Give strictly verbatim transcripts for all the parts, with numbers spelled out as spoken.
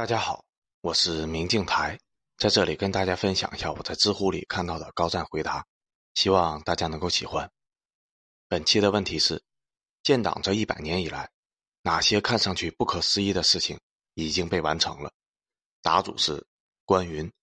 大家好，我是明镜台，在这里跟大家分享一下我在知乎里看到的高赞回答，希望大家能够喜欢。本期的问题是，建党这一百年以来，哪些看上去不可思议的事情已经被完成了？答主是关云。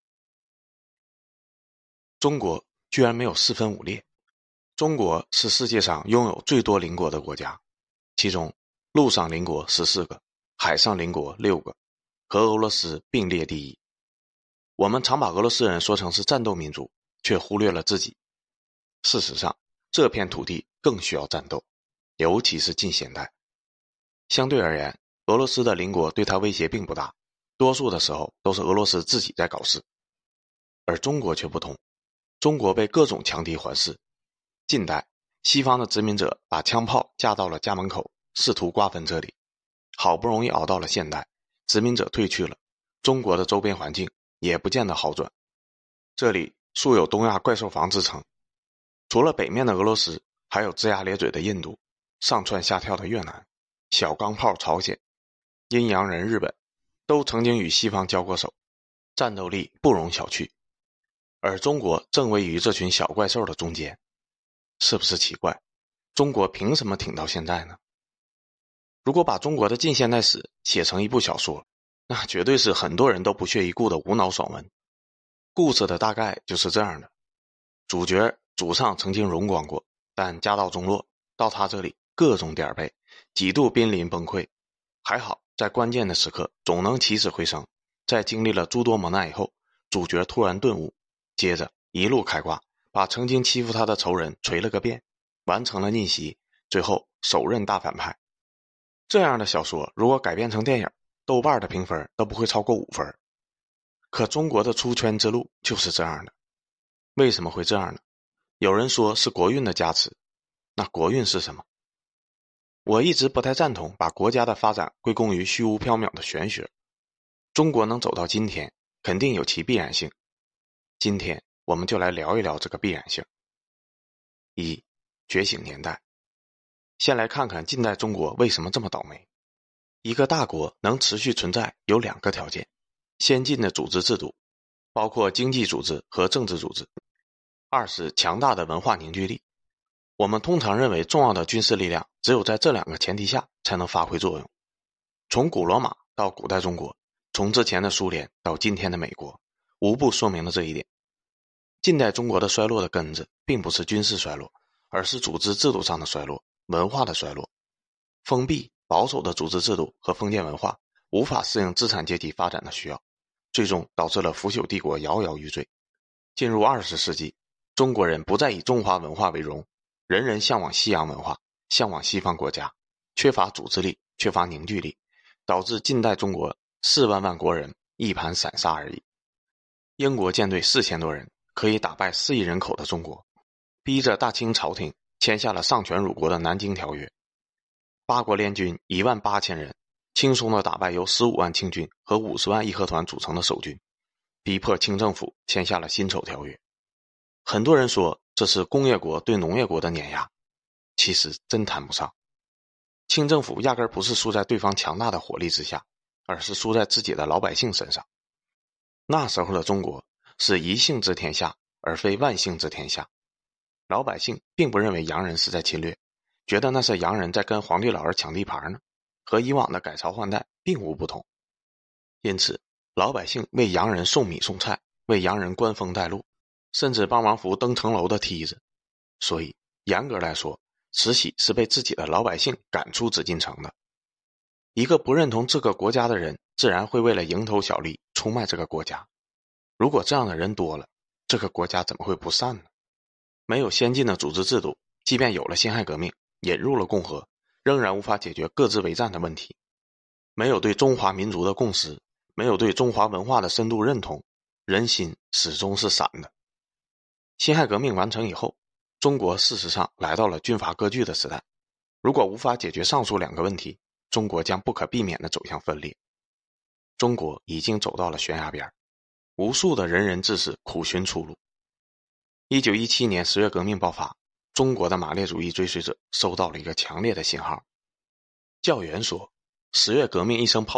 中国居然没有四分五裂。中国是世界上拥有最多邻国的国家，其中陆上邻国十四个，海上邻国六个，和俄罗斯并列第一。我们常把俄罗斯人说成是战斗民族，却忽略了自己。事实上，这片土地更需要战斗，尤其是近现代。相对而言，俄罗斯的邻国对他威胁并不大，多数的时候都是俄罗斯自己在搞事。而中国却不同，中国被各种强敌环视。近代，西方的殖民者把枪炮架到了家门口，试图瓜分这里。好不容易熬到了现代，殖民者退去了，中国的周边环境也不见得好转。这里素有东亚怪兽房之称，除了北面的俄罗斯，还有龇牙咧嘴的印度，上蹿下跳的越南，小钢炮朝鲜，阴阳人日本，都曾经与西方交过手，战斗力不容小觑。而中国正位于这群小怪兽的中间，是不是奇怪？中国凭什么挺到现在呢？如果把中国的近现代史写成一部小说，那绝对是很多人都不屑一顾的无脑爽文。故事的大概就是这样的：主角祖上曾经荣光过，但家道中落，到他这里各种点背，几度濒临崩溃。还好在关键的时刻总能起死回生，在经历了诸多磨难以后，主角突然顿悟，接着一路开挂，把曾经欺负他的仇人锤了个遍，完成了逆袭，最后首任大反派。这样的小说如果改编成电影，豆瓣的评分都不会超过五分。可中国的出圈之路就是这样的。为什么会这样呢？有人说是国运的加持，那国运是什么？我一直不太赞同把国家的发展归功于虚无缥缈的玄学。中国能走到今天，肯定有其必然性。今天我们就来聊一聊这个必然性。一、觉醒年代。先来看看近代中国为什么这么倒霉。一个大国能持续存在有两个条件：先进的组织制度，包括经济组织和政治组织；二是强大的文化凝聚力。我们通常认为重要的军事力量只有在这两个前提下才能发挥作用。从古罗马到古代中国，从之前的苏联到今天的美国，无不说明了这一点。近代中国的衰落的根子并不是军事衰落，而是组织制度上的衰落，文化的衰落。封闭保守的组织制度和封建文化无法适应资产阶级发展的需要，最终导致了腐朽帝国摇摇欲坠。进入二十世纪，中国人不再以中华文化为荣，人人向往西洋文化，向往西方国家，缺乏组织力，缺乏凝聚力，导致近代中国四万万国人一盘散沙而已。英国舰队四千多人可以打败四亿人口的中国，逼着大清朝廷签下了丧权辱国的南京条约。八国联军一万八千人轻松地打败由十五万清军和五十万义和团组成的守军，逼迫清政府签下了辛丑条约。很多人说这是工业国对农业国的碾压，其实真谈不上。清政府压根不是输在对方强大的火力之下，而是输在自己的老百姓身上。那时候的中国是一姓之天下，而非万姓之天下。老百姓并不认为洋人是在侵略，觉得那是洋人在跟皇帝老儿抢地盘呢，和以往的改朝换代并无不同。因此老百姓为洋人送米送菜，为洋人关封带路，甚至帮忙扶登城楼的梯子。所以严格来说，慈禧是被自己的老百姓赶出紫禁城的。一个不认同这个国家的人，自然会为了蝇头小利出卖这个国家。如果这样的人多了，这个国家怎么会不散呢？没有先进的组织制度，即便有了辛亥革命，引入了共和，仍然无法解决各自为战的问题。没有对中华民族的共识，没有对中华文化的深度认同，人心始终是散的。辛亥革命完成以后，中国事实上来到了军阀割据的时代。如果无法解决上述两个问题，中国将不可避免地走向分裂。中国已经走到了悬崖边，无数的仁人志士苦寻出路。一九一七年十月革命爆发，中国的马列主义追随者收到了一个强烈的信号。教员说，十月革命一声炮响，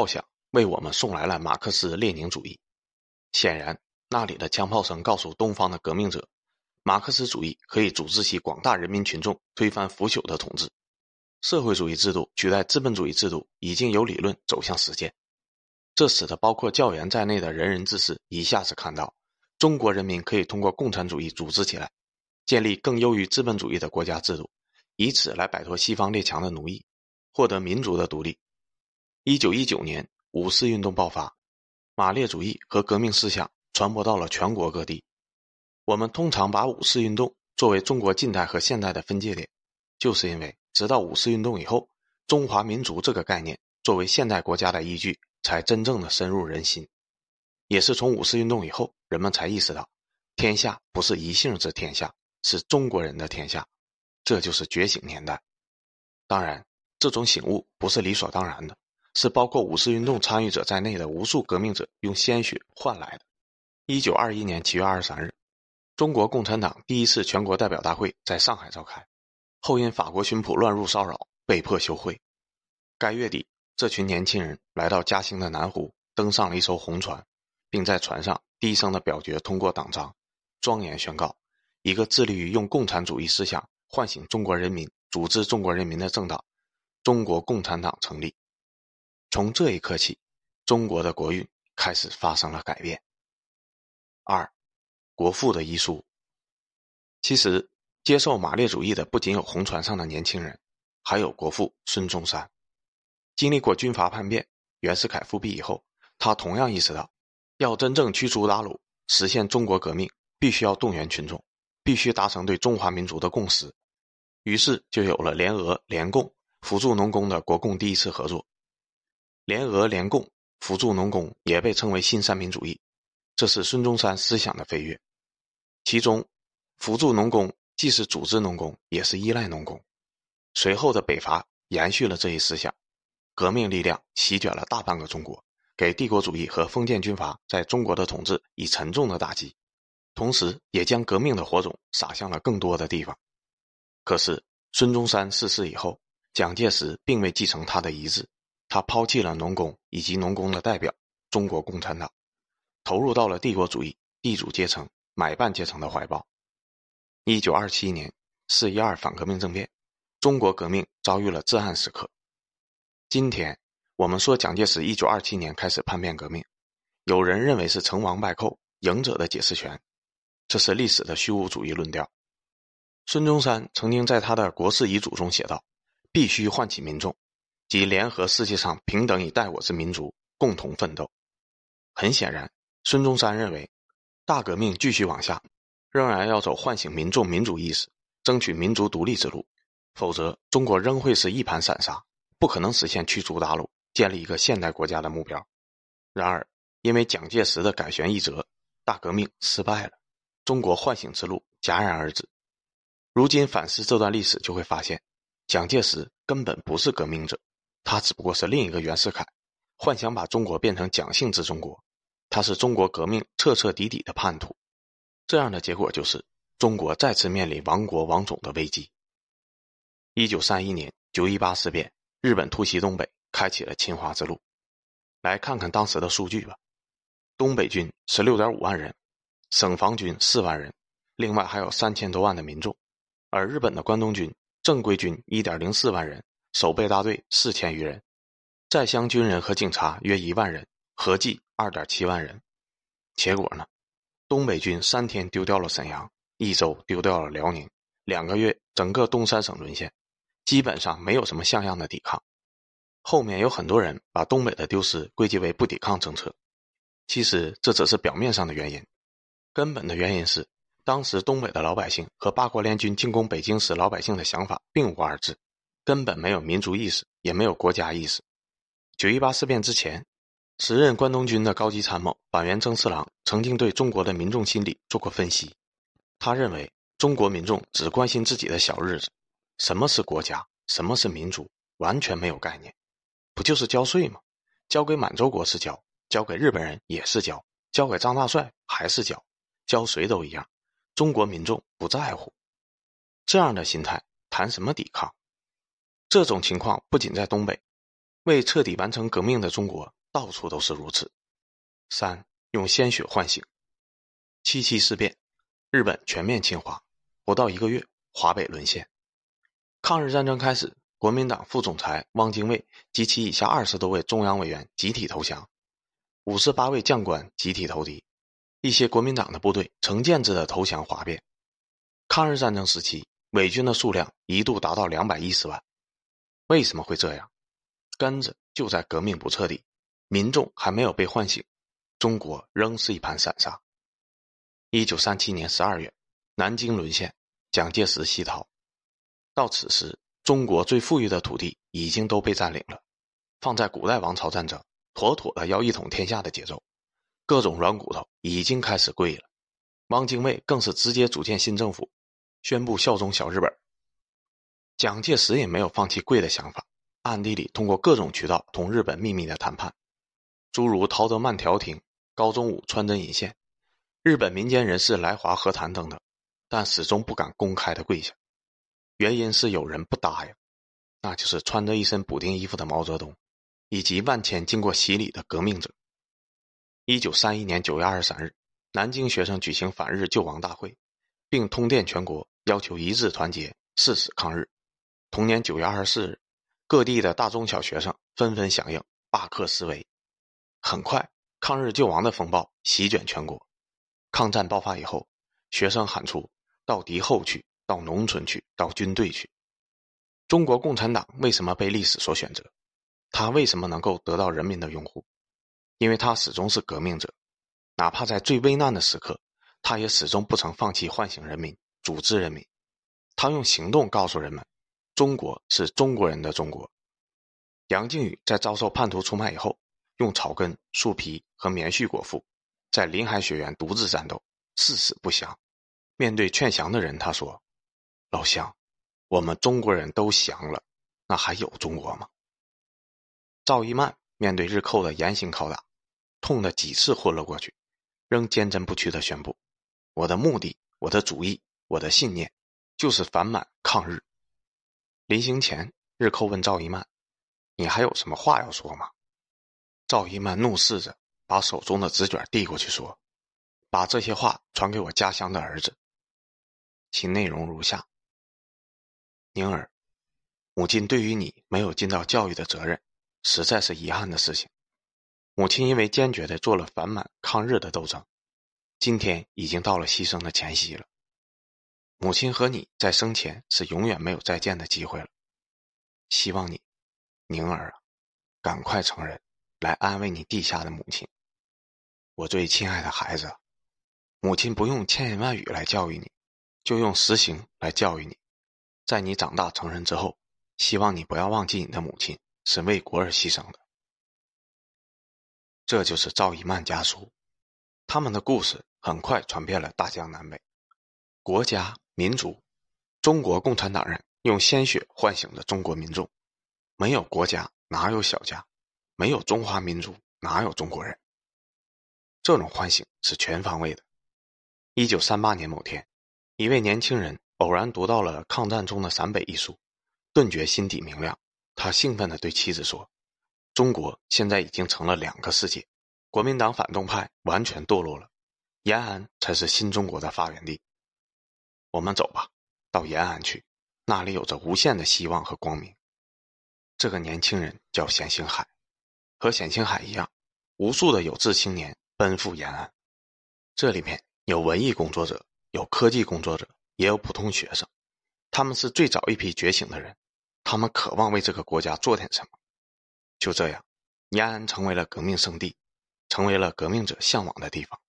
为我们送来了马克思列宁主义。显然，那里的枪炮声告诉东方的革命者，马克思主义可以组织起广大人民群众推翻腐朽的统治。社会主义制度取代资本主义制度已经由理论走向实践，这使得包括教员在内的仁人志士一下子看到，中国人民可以通过共产主义组织起来，建立更优于资本主义的国家制度，以此来摆脱西方列强的奴役，获得民族的独立。一九一九年，五四运动爆发，马列主义和革命思想传播到了全国各地。我们通常把五四运动作为中国近代和现代的分界点，就是因为直到五四运动以后，中华民族这个概念作为现代国家的依据才真正的深入人心。也是从五四运动以后，人们才意识到，天下不是一姓之天下，是中国人的天下，这就是觉醒年代。当然，这种醒悟不是理所当然的，是包括五四运动参与者在内的无数革命者用鲜血换来的。一九二一年七月二十三日，中国共产党第一次全国代表大会在上海召开，后因法国巡捕乱入骚扰，被迫休会。该月底，这群年轻人来到嘉兴的南湖，登上了一艘红船，并在船上低声的表决通过党章，庄严宣告一个致力于用共产主义思想唤醒中国人民、组织中国人民的政党——中国共产党成立。从这一刻起，中国的国运开始发生了改变。二、国父的遗书。其实，接受马列主义的不仅有红船上的年轻人，还有国父孙中山。经历过军阀叛变、袁世凯复辟以后，他同样意识到，要真正驱除鞑虏，实现中国革命，必须要动员群众，必须达成对中华民族的共识。于是就有了联俄、联共辅助农工的国共第一次合作。联俄联共辅助农工也被称为新三民主义，这是孙中山思想的飞跃。其中，辅助农工既是组织农工，也是依赖农工。随后的北伐延续了这一思想，革命力量席卷了大半个中国，给帝国主义和封建军阀在中国的统治以沉重的打击，同时也将革命的火种撒向了更多的地方。可是，孙中山逝世以后，蒋介石并未继承他的遗志，他抛弃了农工以及农工的代表中国共产党，投入到了帝国主义、地主阶层、买办阶层的怀抱。一九二七年四一二反革命政变，中国革命遭遇了至暗时刻。今天我们说蒋介石一九二七年开始叛变革命，有人认为是成王败寇，赢者的解释权，这是历史的虚无主义论调。孙中山曾经在他的国事遗嘱中写道，必须唤起民众，即联合世界上平等以待我之民族，共同奋斗。很显然，孙中山认为大革命继续往下，仍然要走唤醒民众民主意识，争取民族独立之路，否则中国仍会是一盘散沙，不可能实现驱逐鞑虏，建立一个现代国家的目标。然而，因为蒋介石的改弦易辙，大革命失败了，中国唤醒之路戛然而止。如今反思这段历史，就会发现蒋介石根本不是革命者，他只不过是另一个袁世凯，幻想把中国变成蒋姓之中国，他是中国革命彻彻底底的叛徒。这样的结果就是中国再次面临亡国亡种的危机。一九三一年九一八事变，日本突袭东北，开启了侵华之路。来看看当时的数据吧。东北军 十六点五万人，省防军四万人，另外还有三千多万的民众。而日本的关东军正规军 一点零四万人，守备大队四千余人，在乡军人和警察约一万人，合计 二点七万人。结果呢，东北军三天丢掉了沈阳，一周丢掉了辽宁，两个月整个东三省沦陷，基本上没有什么像样的抵抗。后面有很多人把东北的丢失归结为不抵抗政策，其实这只是表面上的原因，根本的原因是当时东北的老百姓和八国联军进攻北京时老百姓的想法并无二致，根本没有民族意识，也没有国家意识。九一八事变之前，时任关东军的高级参谋板垣征四郎曾经对中国的民众心理做过分析。他认为中国民众只关心自己的小日子，什么是国家，什么是民族，完全没有概念。不就是交税吗？交给满洲国是交，交给日本人也是交，交给张大帅还是交，交谁都一样。中国民众不在乎。这样的心态谈什么抵抗？这种情况不仅在东北，为彻底完成革命的中国到处都是如此。三、用鲜血唤醒。七七事变，日本全面侵华，不到一个月，华北沦陷。抗日战争开始，国民党副总裁汪精卫及其以下二十多位中央委员集体投降，五十八位将官集体投敌，一些国民党的部队成建制的投降哗变。抗日战争时期，伪军的数量一度达到两百一十万。为什么会这样？根子就在革命不彻底，民众还没有被唤醒，中国仍是一盘散沙。一九三七年十二月，南京沦陷，蒋介石西逃。到此时，中国最富裕的土地已经都被占领了，放在古代王朝战争，妥妥的要一统天下的节奏。各种软骨头已经开始跪了。汪精卫更是直接组建新政府，宣布效忠小日本。蒋介石也没有放弃跪的想法，暗地里通过各种渠道同日本秘密的谈判，诸如陶德曼调停、高宗武穿针引线、日本民间人士来华和谈等等，但始终不敢公开的跪下。原因是有人不答应，那就是穿着一身补丁衣服的毛泽东，以及万千经过洗礼的革命者。一九三一年九月二十三日，南京学生举行反日救亡大会，并通电全国，要求一致团结，誓死抗日。同年九月二十四日，各地的大中小学生纷纷响应，罢课示威。很快，抗日救亡的风暴席卷全国。抗战爆发以后，学生喊出到敌后去，到农村去，到军队去。中国共产党为什么被历史所选择？他为什么能够得到人民的拥护？因为他始终是革命者，哪怕在最危难的时刻，他也始终不曾放弃唤醒人民，组织人民。他用行动告诉人们，中国是中国人的中国。杨靖宇在遭受叛徒出卖以后，用草根、树皮和棉絮果腹，在临海雪原独自战斗，誓死不降。面对劝降的人，他说：老乡，我们中国人都降了，那还有中国吗？赵一曼面对日寇的严刑拷打，痛得几次昏了过去，仍坚贞不屈地宣布：我的目的，我的主义，我的信念，就是反满抗日。临行前，日寇问赵一曼：你还有什么话要说吗？赵一曼怒视着，把手中的纸卷递过去说：把这些话传给我家乡的儿子。其内容如下：宁儿，母亲对于你没有尽到教育的责任，实在是遗憾的事情。母亲因为坚决地做了反满抗日的斗争，今天已经到了牺牲的前夕了。母亲和你在生前是永远没有再见的机会了。希望你，宁儿啊，赶快成人，来安慰你地下的母亲。我最亲爱的孩子，母亲不用千言万语来教育你，就用实行来教育你。在你长大成人之后，希望你不要忘记你的母亲是为国而牺牲的。这就是赵一曼家书，他们的故事很快传遍了大江南北。国家、民族，中国共产党人用鲜血唤醒了中国民众。没有国家，哪有小家？没有中华民族，哪有中国人？这种唤醒是全方位的。一九三八年某天，一位年轻人偶然读到了抗战中的陕北一书，顿觉心底明亮。他兴奋地对妻子说：中国现在已经成了两个世界，国民党反动派完全堕落了，延安才是新中国的发源地。我们走吧，到延安去，那里有着无限的希望和光明。这个年轻人叫冼星海，和冼星海一样，无数的有志青年奔赴延安。这里面有文艺工作者，有科技工作者，也有普通学生。他们是最早一批觉醒的人，他们渴望为这个国家做点什么。就这样，延安成为了革命圣地，成为了革命者向往的地方。